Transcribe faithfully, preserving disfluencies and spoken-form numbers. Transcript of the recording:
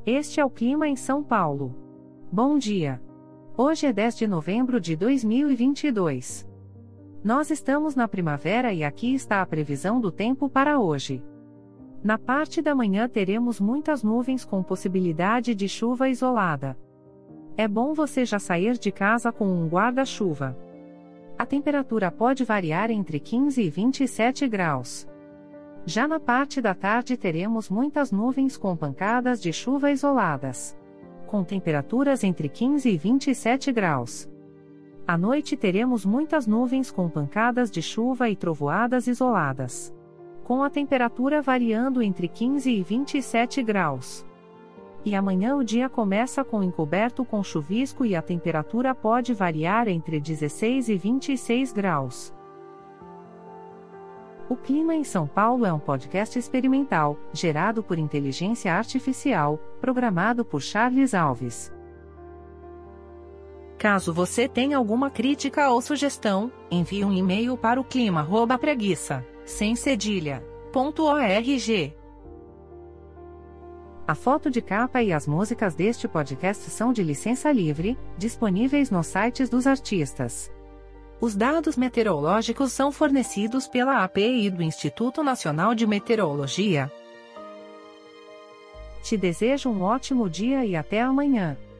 Este é o clima em São Paulo. Bom dia. Hoje é dez de novembro de dois mil e vinte e dois. Nós estamos na primavera e aqui está a previsão do tempo para hoje. Na parte da manhã teremos muitas nuvens com possibilidade de chuva isolada. É bom você já sair de casa com um guarda-chuva. A temperatura pode variar entre quinze e vinte e sete graus. Já na parte da tarde teremos muitas nuvens com pancadas de chuva isoladas, com temperaturas entre quinze e vinte e sete graus. À noite teremos muitas nuvens com pancadas de chuva e trovoadas isoladas, com a temperatura variando entre quinze e vinte e sete graus. E amanhã o dia começa com encoberto com chuvisco e a temperatura pode variar entre dezesseis e vinte e seis graus. O Clima em São Paulo é um podcast experimental, gerado por inteligência artificial, programado por Charles Alves. Caso você tenha alguma crítica ou sugestão, envie um e-mail para o clima arroba preguiça, sem cedilha, ponto org. A foto de capa e as músicas deste podcast são de licença livre, disponíveis nos sites dos artistas. Os dados meteorológicos são fornecidos pela A P I do Instituto Nacional de Meteorologia. Te desejo um ótimo dia e até amanhã.